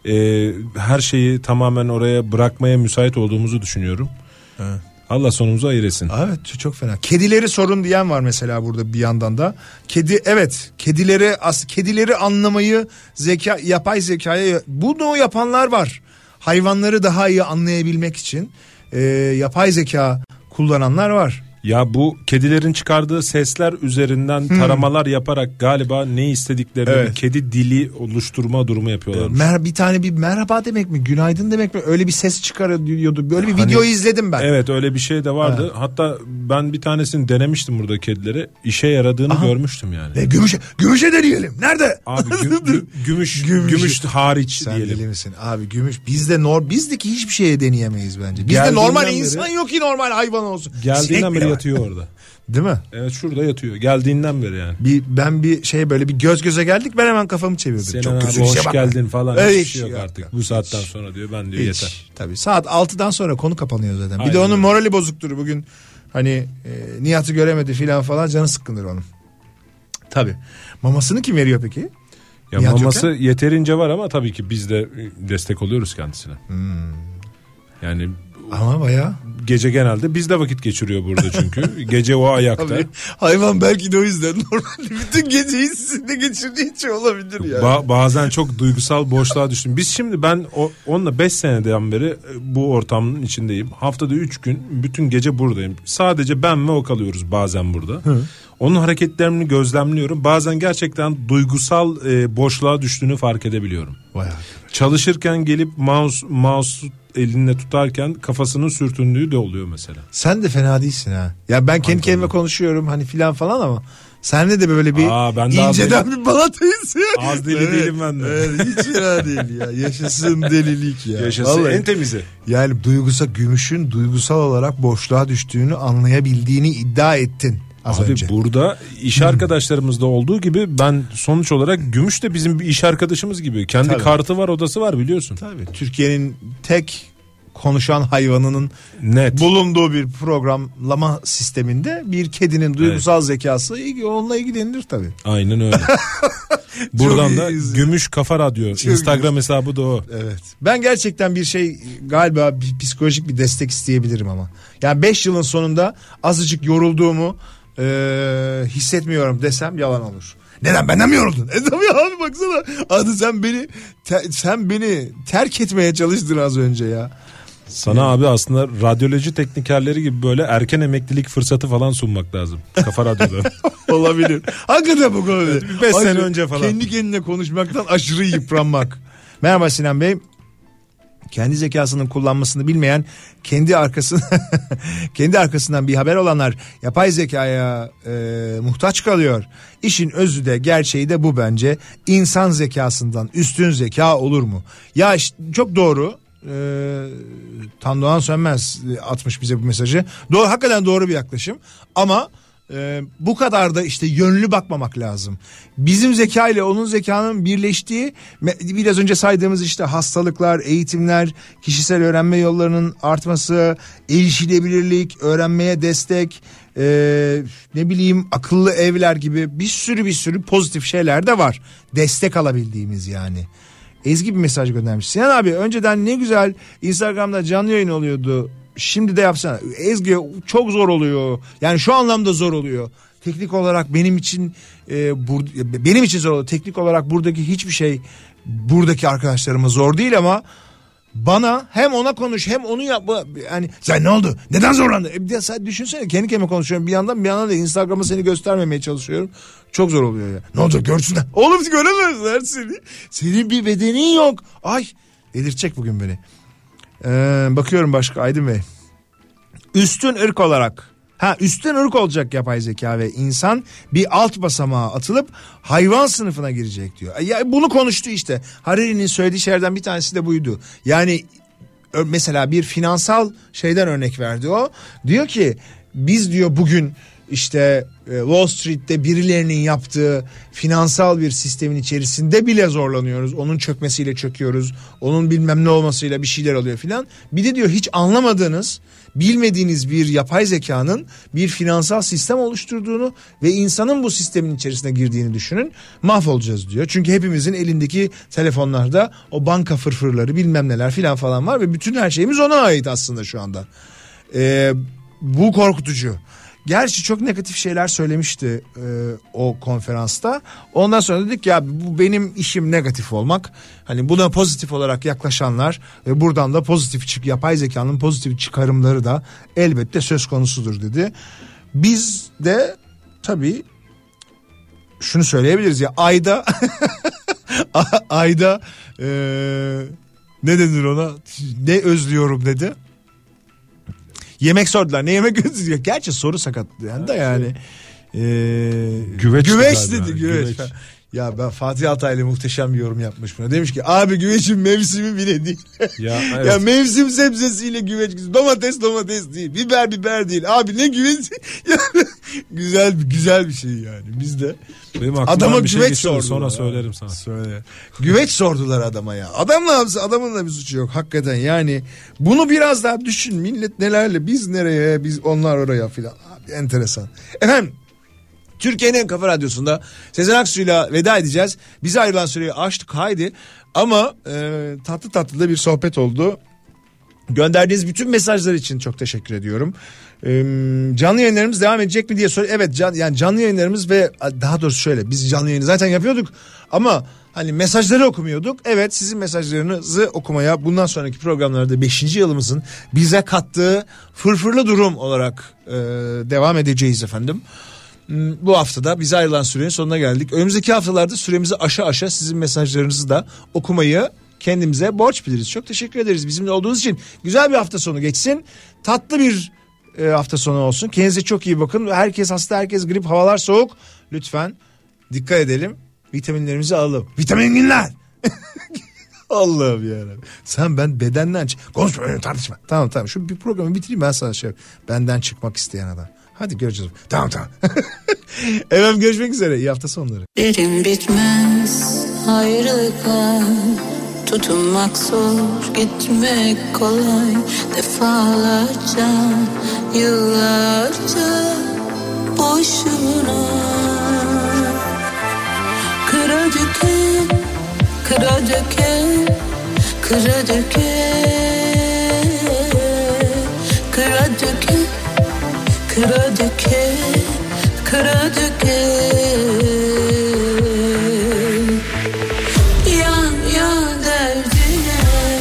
Her şeyi tamamen oraya bırakmaya müsait olduğumuzu düşünüyorum. Evet. Allah sonumuzu hayır etsin. Evet, çok fena. Kedileri sorun diyen var mesela burada bir yandan da. Kedileri anlamayı yapay zekaya bunu yapanlar var. Hayvanları daha iyi anlayabilmek için yapay zeka kullananlar var. Ya bu kedilerin çıkardığı sesler üzerinden taramalar yaparak galiba ne istediklerini bir kedi dili oluşturma durumu yapıyorlar. Bir tane merhaba demek mi, günaydın demek mi, öyle bir ses çıkarıyordu. Böyle bir videoyu izledim ben. Evet, öyle bir şey de vardı. Evet. Hatta ben bir tanesini denemiştim burada kedilere. İşe yaradığını görmüştüm yani. Gümüşe deneyelim. Nerede? Abi gümüş hariç sen diyelim. Sen deli misin? Abi gümüş bizdeki hiçbir şeye deneyemeyiz bence. Bizde normal insan yok ki normal hayvan olsun. Geldiğinden beri yatıyor orada. Değil mi? Evet, şurada yatıyor. Geldiğinden beri yani. Ben böyle bir göz göze geldik, ben hemen kafamı çevirdim. Senin çok abi hoş geldin falan. Hiçbir şey yok artık. Bu saatten sonra diyor, ben diyor yeter. Tabii saat 6'dan sonra konu kapanıyor zaten. Aynen. Bir de onun morali bozuktur bugün. Hani Nihat'ı göremedi falan canı sıkkındır onun. Tabii. Mamasını kim veriyor peki? Ya Nihat maması yokken yeterince var ama tabii ki biz de destek oluyoruz kendisine. Yani ama bayağı gece genelde bizde vakit geçiriyor burada çünkü. Gece o ayakta. Abi, hayvan belki de o yüzden normalde bütün geceyi sizinle geçirdiği için olabilir yani. Bazen çok duygusal boşluğa düştüm. Biz şimdi ben onunla 5 seneden beri bu ortamın içindeyim. Haftada 3 gün bütün gece buradayım. Sadece ben ve o kalıyoruz bazen burada. Onun hareketlerini gözlemliyorum. Bazen gerçekten duygusal boşluğa düştüğünü fark edebiliyorum. Çalışırken gelip mouse elinde tutarken kafasının sürtündüğü de oluyor mesela. Sen de fena değilsin ha. Ya ben kendi kendime konuşuyorum hani falan ama sende de böyle bir inceden bir balatayız ya. Az deli değilim ben de. Evet, hiç fena değil ya. Yaşasın delilik ya. Yaşasın en temizi. Yani gümüşün duygusal olarak boşluğa düştüğünü anlayabildiğini iddia ettin. Abi önce. Burada iş arkadaşlarımızda olduğu gibi ben sonuç olarak Gümüş de bizim bir iş arkadaşımız gibi. Kendi kartı var, odası var, biliyorsun. Tabii. Türkiye'nin tek konuşan hayvanının bulunduğu bir programlama sisteminde bir kedinin duygusal zekası onunla ilgilenilir tabii. Aynen öyle. Buradan da Gümüş Kafa Radyo Instagram hesabı da o. Evet. Ben gerçekten galiba bir psikolojik bir destek isteyebilirim ama. Yani 5 yılın sonunda azıcık yorulduğumu hissetmiyorum desem yalan olur. Neden, benden mi yoruldun? Tabii abi, baksana. Sen beni terk etmeye çalıştın az önce ya. Sana abi aslında radyoloji teknikerleri gibi böyle erken emeklilik fırsatı falan sunmak lazım. Kafa Radyo'da. Olabilir. Hakikaten bu konuda. 5 sene önce falan. Kendi kendine konuşmaktan aşırı yıpranmak. Merhaba Sinan Bey. kendi zekasının kullanmasını bilmeyen, kendi arkasından bir haber olanlar yapay zekaya muhtaç kalıyor. İşin özü de gerçeği de bu bence. İnsan zekasından üstün zeka olur mu? Ya işte, çok doğru. Tan Doğan Sönmez atmış bize bu mesajı. Doğru, hakikaten doğru bir yaklaşım. Ama bu kadar da işte yönlü bakmamak lazım. Bizim zeka ile onun zekanın birleştiği, biraz önce saydığımız işte hastalıklar, eğitimler, kişisel öğrenme yollarının artması, erişilebilirlik, öğrenmeye destek, ne bileyim akıllı evler gibi bir sürü pozitif şeyler de var. Destek alabildiğimiz yani. Ezgi bir mesaj göndermiş. Sinan abi, önceden ne güzel Instagram'da canlı yayın oluyordu. Şimdi de yapsana. Ezgi, çok zor oluyor. Yani şu anlamda zor oluyor. Teknik olarak benim için zor oluyor. Teknik olarak buradaki hiçbir şey buradaki arkadaşlarıma zor değil ama bana hem ona konuş hem onu yap. Yani Sen ne oldu? Neden zorlandın? bir de sen düşünsene, kendi kendime konuşuyorum bir yandan da Instagram'a seni göstermemeye çalışıyorum. Çok zor oluyor ya. Ne oldu, görsünler. Oğlum göremezler seni. Senin bir bedenin yok. Ay, delirtecek bugün beni. Bakıyorum başka, Aydın Bey. Üstün ırk olacak yapay zeka ve insan bir alt basamağa atılıp hayvan sınıfına girecek diyor. Ya bunu konuştu işte. Harari'nin söylediği şeylerden bir tanesi de buydu. Yani mesela bir finansal şeyden örnek verdi o. Diyor ki biz diyor bugün işte Wall Street'te birilerinin yaptığı finansal bir sistemin içerisinde bile zorlanıyoruz. Onun çökmesiyle çöküyoruz. Onun bilmem ne olmasıyla bir şeyler oluyor filan. Bir de diyor hiç anlamadığınız, bilmediğiniz bir yapay zekanın bir finansal sistem oluşturduğunu ve insanın bu sistemin içerisine girdiğini düşünün. Mahvolacağız diyor. Çünkü hepimizin elindeki telefonlarda o banka fırfırları bilmem neler filan falan var ve bütün her şeyimiz ona ait aslında şu anda. Bu korkutucu. Gerçi çok negatif şeyler söylemişti o konferansta. Ondan sonra dedik ya bu benim işim negatif olmak. Hani buna pozitif olarak yaklaşanlar ve buradan da yapay zekanın pozitif çıkarımları da elbette söz konusudur dedi. Biz de tabii şunu söyleyebiliriz ya, ayda ne denir ona, ne özlüyorum dedi. Yemek sordular. Ne yemek özlüyor? Gerçi soru sakat yani da yani. Güveç dedi. Güveç. Ya ben Fatih Altaylı muhteşem bir yorum yapmış buna. Demiş ki abi güvecin mevsimi bile değil. Ya, evet. Ya mevsim sebzesiyle güveç. Domates değil. Biber değil. Abi ne güveç? güzel bir şey yani. Biz de benim adama bir şey güveç sordular. Sonra söylerim sana. Söyle. Güveç sordular adama ya. Adam ne yapsın? Adamın da bir suçu yok hakikaten. Yani bunu biraz daha düşün. Millet nelerle, biz nereye, biz onlar oraya filan. Abi enteresan. Efendim, Türkiye'nin en kafa radyosunda Sezen Aksu'yla veda edeceğiz. Bize ayrılan süreyi aştık haydi. Ama tatlı da bir sohbet oldu. Gönderdiğiniz bütün mesajlar için çok teşekkür ediyorum. Canlı yayınlarımız devam edecek mi diye soruyor. Evet, yani canlı yayınlarımız ve daha doğrusu şöyle, biz canlı yayını zaten yapıyorduk ama hani mesajları okumuyorduk. Evet, sizin mesajlarınızı okumaya bundan sonraki programlarda 5. yılımızın bize kattığı fırfırlı durum olarak devam edeceğiz efendim. Bu haftada bize ayrılan sürenin sonuna geldik. Önümüzdeki haftalarda süremizi aşa sizin mesajlarınızı da okumayı kendimize borç biliriz. Çok teşekkür ederiz bizimle olduğunuz için. Güzel bir hafta sonu geçsin. Tatlı bir hafta sonu olsun. Kendinize çok iyi bakın. Herkes hasta, herkes grip, havalar soğuk. Lütfen dikkat edelim. Vitaminlerimizi alalım. Vitaminler. Allah'ım yarabbim. Sen ben bedenden konuşma, öyle tartışma. Tamam. Şu bir programı bitireyim, ben sana benden çıkmak isteyen adam. Hadi göreceğiz. Tamam. Efendim, görüşmek üzere. İyi hafta sonları. Derin bitmez ayrılıklar, tutunmak zor, gitmek kolay. Defalarca, yıllarca boşuna. Kıra döke. Yan derdine,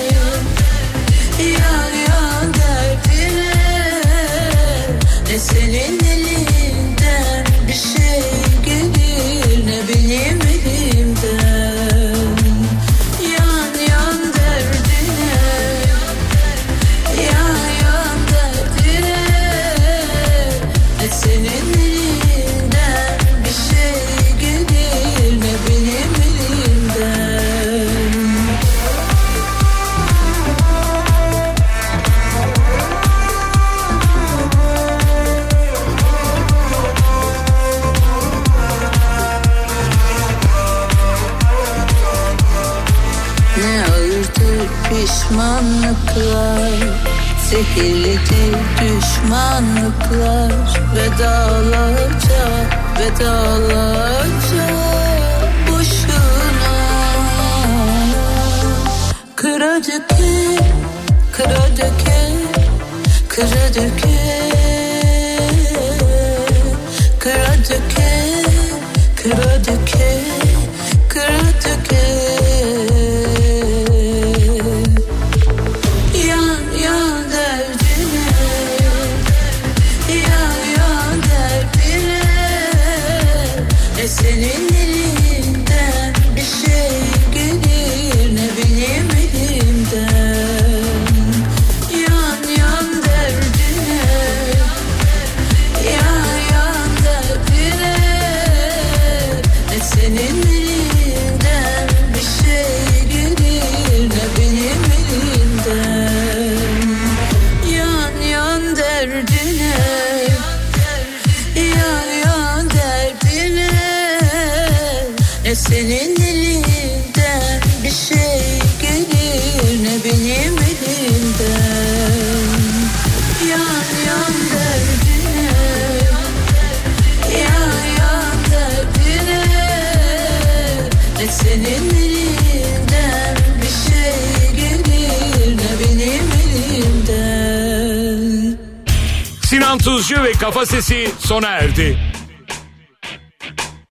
yan derdine. Ne senin elinden bir şey gelir, ne benim elimden. Yan derdine, pişmanlıklar, zehirledi düşmanlıklar. Vedalarca, vedalarca boşuna. Kıra döke, kıra döke, kıra döke, kıra döke, kıra döke, kıra döke. Yan yan derdine, yan yan derdine. Senin elinden bir şey gelir, ne benim elimden. Yan yan derdine, yan yan derdine. Senin elinden bir şey gelir, ne benim elimden. Yan yan derdine, yan yan derdine. Senin elinden bir şey gelir, ne benim elimden. Yan yan derdine, yan yan derdine. Senin elinden bir şey gelir, ne benim elimden. Sinan Tuzcu ve Kafa Sesi sona erdi.